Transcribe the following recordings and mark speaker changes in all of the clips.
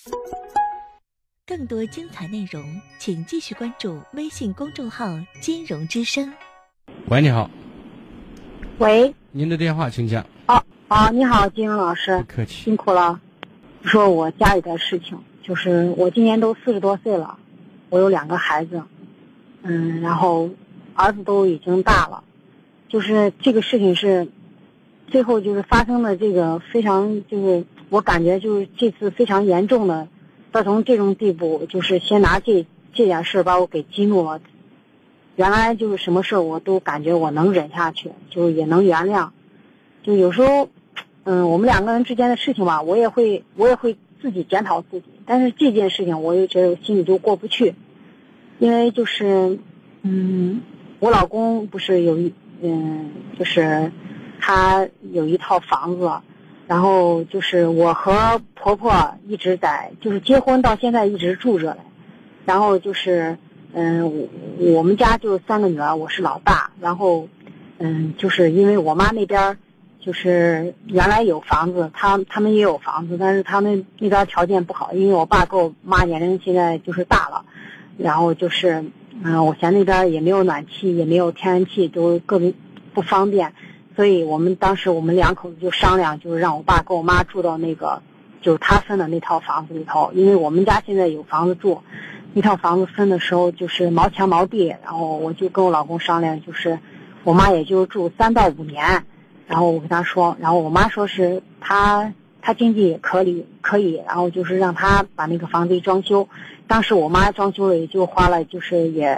Speaker 1: 更多精彩内容，请继续关注微信公众号“金融之声”。
Speaker 2: 喂，你好。
Speaker 3: 喂，
Speaker 2: 您的电话请讲。
Speaker 3: 你好，金融老师，
Speaker 2: 不客气，
Speaker 3: 辛苦了。说我家里的事情，就是我今年都40多岁了，我有2个孩子，然后儿子都已经大了，就是这个事情是最后就是发生的这个非常，就是我感觉就是这次非常严重的，到从这种地步，就是先拿这件事把我给激怒了。原来就是什么事我都感觉我能忍下去，就也能原谅。就有时候，我们2个人之间的事情吧，我也会自己检讨自己，但是这件事情我又觉得心里就过不去，因为就是，我老公不是就是他有一套房子，然后就是我和婆婆一直在，就是结婚到现在一直住着嘞，然后就是，我们家就3个女儿，我是老大，然后，就是因为我妈那边就是原来有房子，他们也有房子，但是他们那边条件不好，因为我爸跟我妈年龄现在就是大了，然后就是，我嫌那边也没有暖气，也没有天然气，都各种不方便，所以当时我们2口子就商量，就是让我爸跟我妈住到那个，就是他分的那套房子里头，因为我们家现在有房子住，那套房子分的时候就是毛墙毛地，然后我就跟我老公商量，就是我妈也就住3到5年。然后我跟他说，然后我妈说是他经济也可以，然后就是让他把那个房子一装修。当时我妈装修了也就花了就是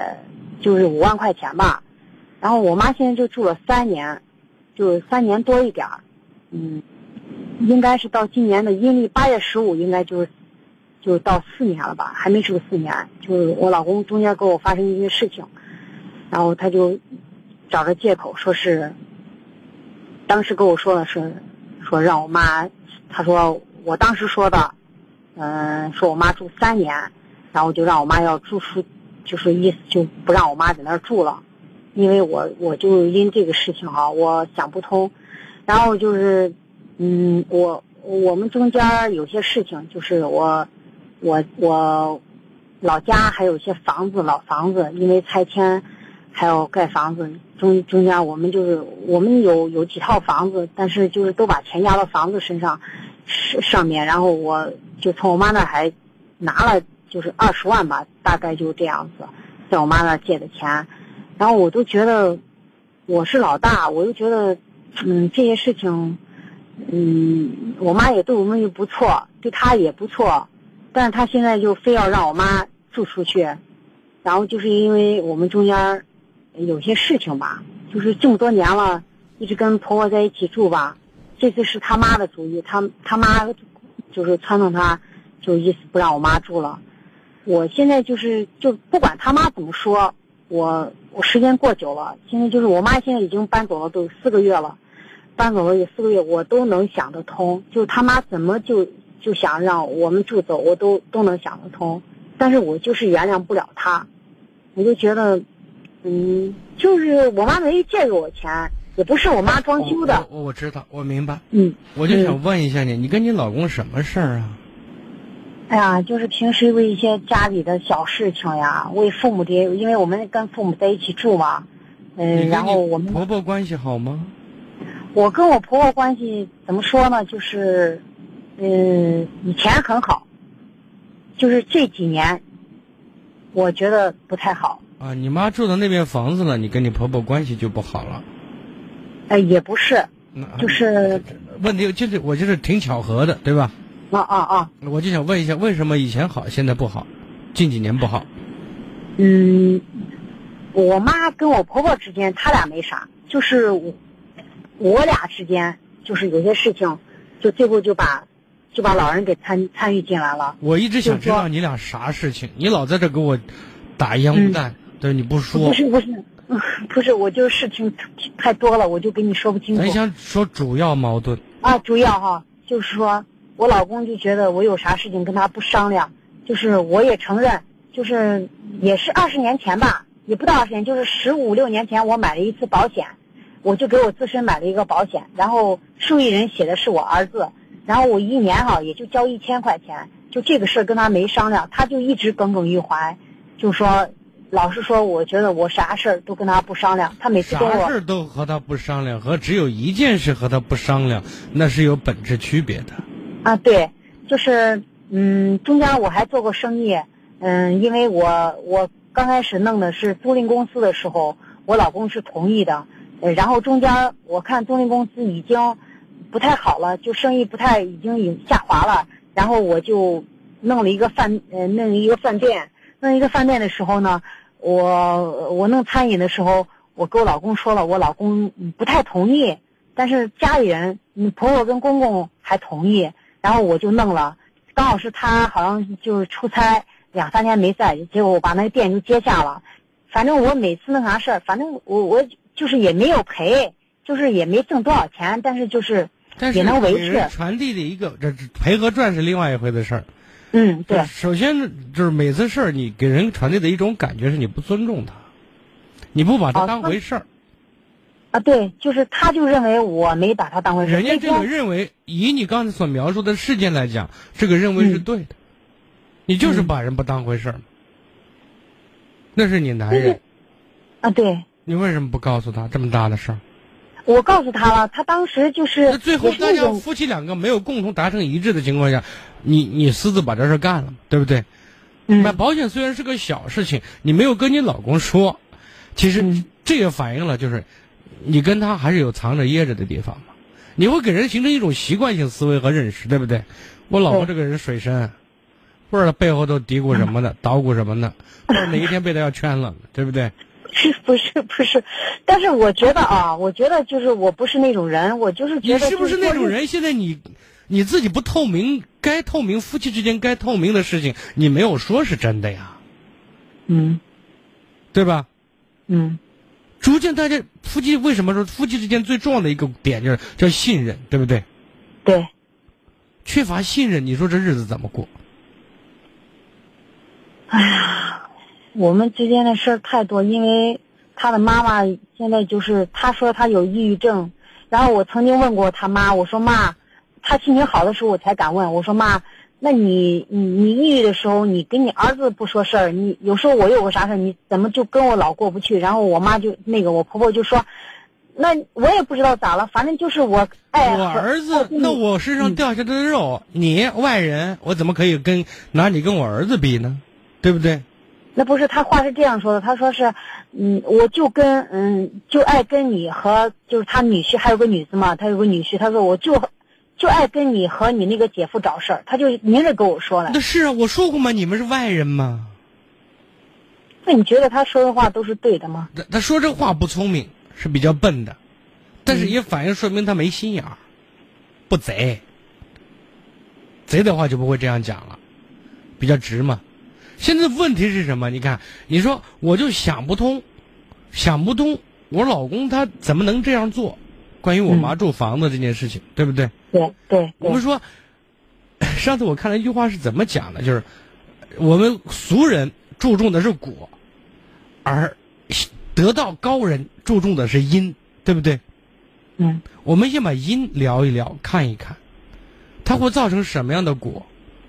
Speaker 3: 5万块钱吧。然后我妈现在就住了3年，就是3年多一点，应该是到今年的阴历8月15，应该就到4年了吧，还没住4年。就是我老公中间跟我发生一些事情，然后他就找着借口说是。当时跟我说的是，说让我妈，他说我当时说的，说我妈住3年，然后就让我妈要住出，就是意思就不让我妈在那儿住了，因为我就因这个事情我想不通，然后就是，我们中间有些事情，就是我老家还有一些老房子，因为拆迁。还有盖房子中间我们有几套房子，但是就是都把钱压到房子上面，然后我就从我妈那还拿了就是20万吧，大概就这样子，在我妈那借的钱，然后我都觉得我是老大，我就觉得这些事情，我妈也对我们也不错，对她也不错，但是她现在就非要让我妈住出去，然后就是因为我们中间有些事情吧，就是这么多年了，一直跟婆婆在一起住吧。这次是他妈的主意，他妈就是撺掇他，就意思不让我妈住了。我现在就不管他妈怎么说，我时间过久了，现在就是我妈现在已经搬走了，都4个月了，搬走了有4个月，我都能想得通。就他妈怎么就想让我们住走，我都能想得通。但是我就是原谅不了他，我就觉得。就是我妈没借给我钱，也不是我妈装修的。
Speaker 2: 我知道，我明白。我就想问一下你跟你老公什么事儿啊？
Speaker 3: 哎呀，就是平时为一些家里的小事情呀，为父母的，因为我们跟父母在一起住嘛。然后我们
Speaker 2: 婆婆关系好吗？
Speaker 3: 我跟我婆婆关系怎么说呢？就是，以前很好，就是这几年，我觉得不太好。
Speaker 2: 你妈住的那边房子了，你跟你婆婆关系就不好了？
Speaker 3: 也不是，就是
Speaker 2: 问题我就是挺巧合的，对吧？我就想问一下，为什么以前好，现在不好，近几年不好？
Speaker 3: 我妈跟我婆婆之间，他俩没啥，就是我俩之间，就是有些事情，就最后就把老人给参与进来了。
Speaker 2: 我一直想知道你俩啥事情，你老在这给我打烟雾弹。对，你不说。
Speaker 3: 不是，我就是事情太多了，我就跟你说不清楚。
Speaker 2: 咱想说主要矛盾
Speaker 3: 主要就是说我老公就觉得我有啥事情跟他不商量，就是我也承认，就是也是20年前吧，也不到20年，就是15、16年前我买了一次保险，我就给我自身买了一个保险，然后受益人写的是我儿子，然后我1年也就交1000块钱， 就这个事儿跟他没商量，他就一直耿耿于怀，就说老是说我觉得我啥事儿都跟他不商量，他每次跟我
Speaker 2: 啥事都和他不商量，和只有一件事和他不商量，那是有本质区别的。
Speaker 3: 啊，对，就是中间我还做过生意，因为我刚开始弄的是租赁公司的时候，我老公是同意的，然后中间我看租赁公司已经不太好了，就生意已经下滑了，然后我就弄了一个饭店。弄一个饭店的时候呢，我弄餐饮的时候，我跟我老公说了，我老公不太同意，但是家里人婆婆跟公公还同意，然后我就弄了。刚好是他好像就是出差2-3天没在，结果我把那个店就接下了。反正我每次弄啥事儿，反正我就是也没有赔，就是也没挣多少钱，但是就是也能维持。
Speaker 2: 传递的一个这赔和赚是另外一回的事儿。
Speaker 3: 对。
Speaker 2: 首先就是每次事儿，你给人传递的一种感觉是你不尊重他，你不把他当回事儿。
Speaker 3: 对，就是他就认为我没把他当回事儿。
Speaker 2: 人家这个认为，以你刚才所描述的事件来讲，这个认为是对的。你就是把人不当回事儿。那是你男人。
Speaker 3: 对。
Speaker 2: 你为什么不告诉他这么大的事儿？
Speaker 3: 我告诉他了，他当时就是。
Speaker 2: 那最后大家夫妻2个没有共同达成一致的情况下，你私自把这事干了，对不对？买保险虽然是个小事情，你没有跟你老公说，其实这也反映了就是你跟他还是有藏着掖着的地方嘛。你会给人形成一种习惯性思维和认识，对不对？我老婆这个人水深，不知道背后都嘀咕什么的，捣鼓什么的，不知道哪一天被他要圈了，对不对？
Speaker 3: 不是，但是我觉得就是我不是那种人，我就是觉得
Speaker 2: 你是不是那种人？现在你自己不透明，该透明夫妻之间该透明的事情，你没有说是真的呀，对吧？逐渐大家夫妻为什么说夫妻之间最重要的一个点就是叫信任，对不对？
Speaker 3: 对。
Speaker 2: 缺乏信任，你说这日子怎么过？
Speaker 3: 哎呀。我们之间的事儿太多，因为他的妈妈现在就是他说他有抑郁症，然后我曾经问过他妈，我说妈，他心情好的时候我才敢问，我说妈，那你抑郁的时候你跟你儿子不说事儿，你有时候我有个啥事儿你怎么就跟我老过不去？然后我妈就我婆婆就说，那我也不知道咋了，反正就是我
Speaker 2: 儿子，那我身上掉下来的肉，你外人我怎么可以拿你跟我儿子比呢？对不对？
Speaker 3: 那不是，他话是这样说的，他说是，我就爱跟你和就是他女婿还有个女子嘛，他有个女婿，他说我就爱跟你和你那个姐夫找事儿，他就明着跟我说了。
Speaker 2: 那是啊，我说过吗？你们是外人吗？
Speaker 3: 那你觉得他说的话都是对的吗？
Speaker 2: 他说这话不聪明，是比较笨的，但是也反映说明他没心眼儿，不贼。贼的话就不会这样讲了，比较直嘛。现在问题是什么？你看，你说我就想不通，我老公他怎么能这样做？关于我妈住房子这件事情，对不对？
Speaker 3: 对。
Speaker 2: 我们说，上次我看了一句话是怎么讲的，就是我们俗人注重的是果，而得道高人注重的是因，对不对？我们先把因聊一聊，看一看，它会造成什么样的果。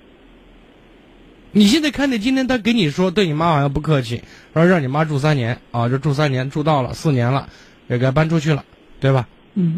Speaker 2: 你现在看见今天他给你说对你妈好像不客气，说让你妈住3年啊，就住3年，住到了4年了，也该搬出去了，对吧？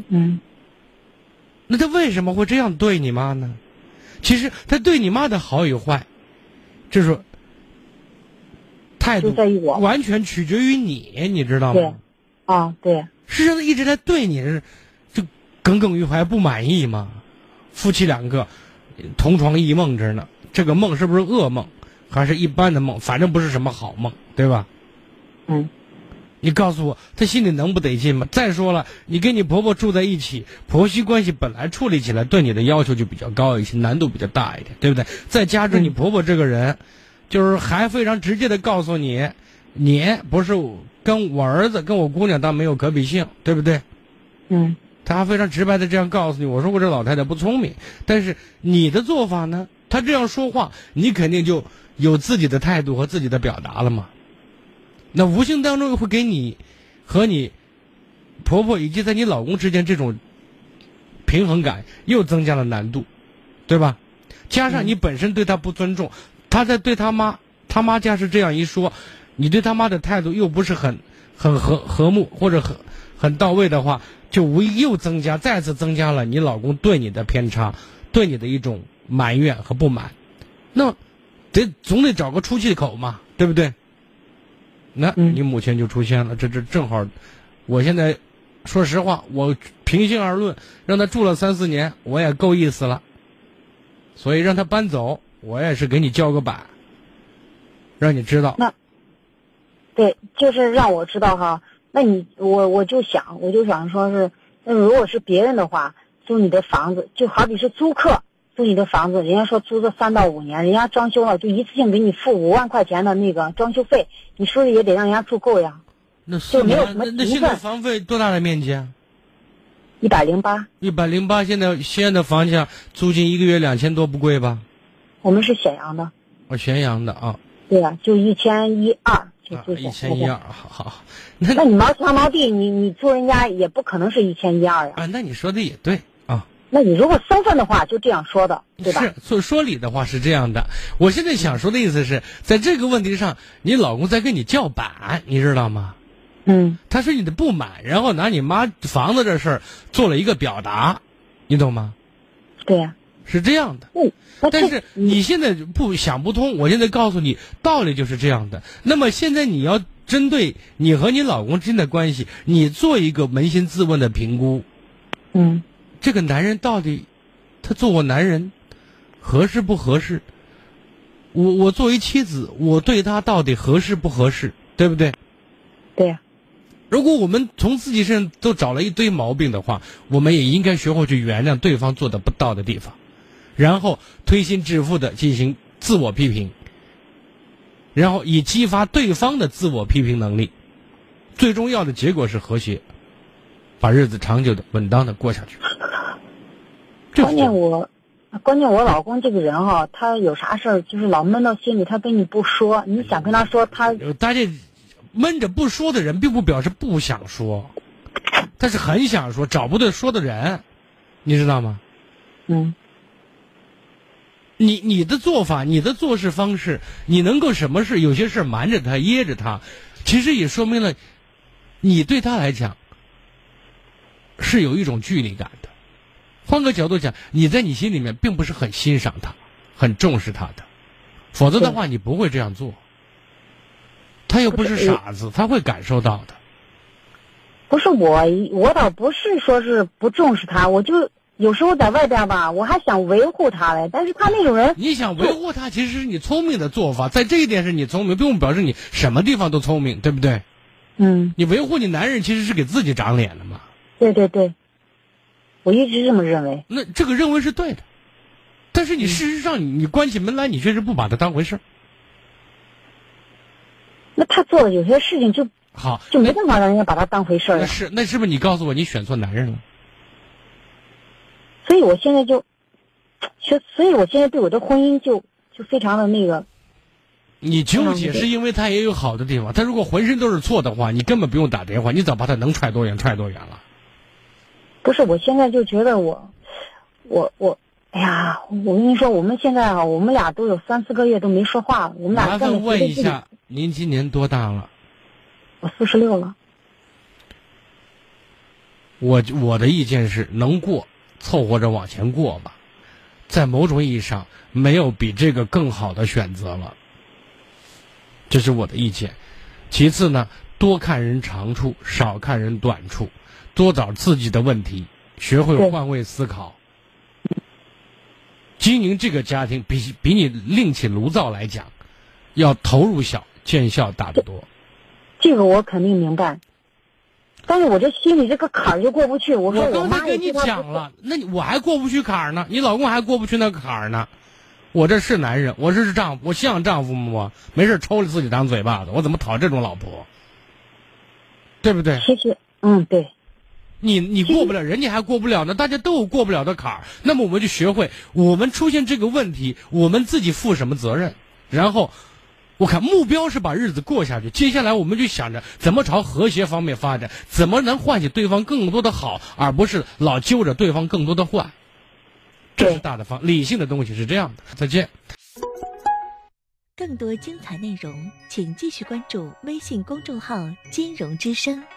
Speaker 2: 那他为什么会这样对你妈呢？其实他对你妈的好与坏，就是态度完全取决于你知道
Speaker 3: 吗？对。
Speaker 2: 实际上他一直在对你就耿耿于怀不满意嘛。夫妻2个同床异梦着呢。这个梦是不是噩梦，还是一般的梦？反正不是什么好梦，对吧？你告诉我，他心里能不得劲吗？再说了，你跟你婆婆住在一起，婆媳关系本来处理起来对你的要求就比较高一些，难度比较大一点，对不对？再加上你婆婆这个人，就是还非常直接的告诉你，你不是跟我儿子跟我姑娘当没有可比性，对不对？他还非常直白的这样告诉你。我说过这老太太不聪明，但是你的做法呢？他这样说话，你肯定就有自己的态度和自己的表达了嘛。那无形当中会给你和你婆婆以及在你老公之间这种平衡感又增加了难度，对吧？ 加上你本身对他不尊重，他在对他妈家是这样一说，你对他妈的态度又不是很和睦或者很到位的话，就无疑又再次增加了你老公对你的偏差，对你的一种埋怨和不满。那总得找个出气口嘛，对不对？那你母亲就出现了，这正好，我现在说实话，我平心而论，让他住了3、4年，我也够意思了。所以让他搬走，我也是给你叫个板，让你知道。
Speaker 3: 那对，就是让我知道哈。那我就想说是，那如果是别人的话，租你的房子，就好比是租客租你的房子，人家说租个3到5年，人家装修了就一次性给你付5万块钱的那个装修费，你是不是也得让人家住够呀？
Speaker 2: 那
Speaker 3: 就没有什么
Speaker 2: 那现在房费多大的面积啊？108。现在西安的房价租金1个月2000多，不贵吧？
Speaker 3: 我们是咸阳的。
Speaker 2: 咸阳的啊。
Speaker 3: 对呀，就1120，就
Speaker 2: 1120，好。
Speaker 3: 那你毛墙毛地，你租人家也不可能是1120呀。
Speaker 2: 啊，那你说的也对啊。
Speaker 3: 那你如果身份的话，就这样说的，对吧？
Speaker 2: 是，说理的话是这样的。我现在想说的意思是在这个问题上，你老公在跟你叫板，你知道吗？他说你的不满，然后拿你妈房子这事儿做了一个表达，你懂吗？
Speaker 3: 对呀，
Speaker 2: 是这样的。但是你现在想不通，我现在告诉你道理就是这样的。那么现在你要针对你和你老公之间的关系，你做一个扪心自问的评估。这个男人到底他做我男人合适不合适？我作为妻子，我对他到底合适不合适？对不对？
Speaker 3: 对呀。
Speaker 2: 如果我们从自己身上都找了一堆毛病的话，我们也应该学会去原谅对方做的不到的地方，然后推心置腹的进行自我批评，然后以激发对方的自我批评能力，最终要的结果是和谐，把日子长久的稳当的过下去。
Speaker 3: 关键我老公这个人哈，他有啥事儿就是老闷到心里，他跟你不说，你想跟他说他
Speaker 2: 这闷着不说的人，并不表示不想说，他是很想说，找不对说的人，你知道吗？你的做法，你的做事方式，你能够什么事，有些事瞒着他，掖着他，其实也说明了你对他来讲是有一种距离感的。换个角度讲，你在你心里面并不是很欣赏他，很重视他的，否则的话你不会这样做。他又不是傻子，他会感受到的。
Speaker 3: 不是我倒不是说是不重视他，我就有时候在外边吧，我还想维护他嘞，但是他那种人，
Speaker 2: 你想维护他，其实是你聪明的做法，在这一点是你聪明，并不表示你什么地方都聪明，对不对？你维护你男人其实是给自己长脸的嘛。
Speaker 3: 对，我一直这么认为。
Speaker 2: 那这个认为是对的，但是你事实上你关起门来，你确实不把他当回事。
Speaker 3: 那他做的有些事情就没办法让人家把他当回事儿。
Speaker 2: 那是不是你告诉我你选错男人了？
Speaker 3: 所以我现在对我的婚姻就非常的那个。
Speaker 2: 你纠结是因为他也有好的地方，他如果浑身都是错的话，你根本不用打电话，你早把他能踹多远了。
Speaker 3: 不是，我现在就觉得我，哎呀，我跟你说，我们现在啊，我们俩都有3、4个月都没说话了，我们俩
Speaker 2: 麻烦问一下，您今年多大了？
Speaker 3: 我46了。
Speaker 2: 我的意见是，能过凑合着往前过吧，在某种意义上没有比这个更好的选择了，这是我的意见。其次呢，多看人长处，少看人短处，多找自己的问题，学会换位思考。经营这个家庭比你另起炉灶来讲，要投入小，见效大得多。
Speaker 3: 这个我肯定明白，但是我这心里这个坎儿就过不去。我
Speaker 2: 刚才跟你讲了，那我还过不去坎儿呢，你老公还过不去那个坎儿呢。我这是男人，我这是丈夫，我像丈夫吗？没事抽了自己当嘴巴子，我怎么讨这种老婆？对不对？
Speaker 3: 其实，对。
Speaker 2: 你过不了，人家还过不了呢，大家都有过不了的坎儿。那么我们就学会，我们出现这个问题，我们自己负什么责任？然后，我看目标是把日子过下去，接下来我们就想着怎么朝和谐方面发展，怎么能唤起对方更多的好，而不是老揪着对方更多的坏。 这是大的方，理性的东西是这样的。再见。
Speaker 1: 更多精彩内容，请继续关注微信公众号“金融之声”。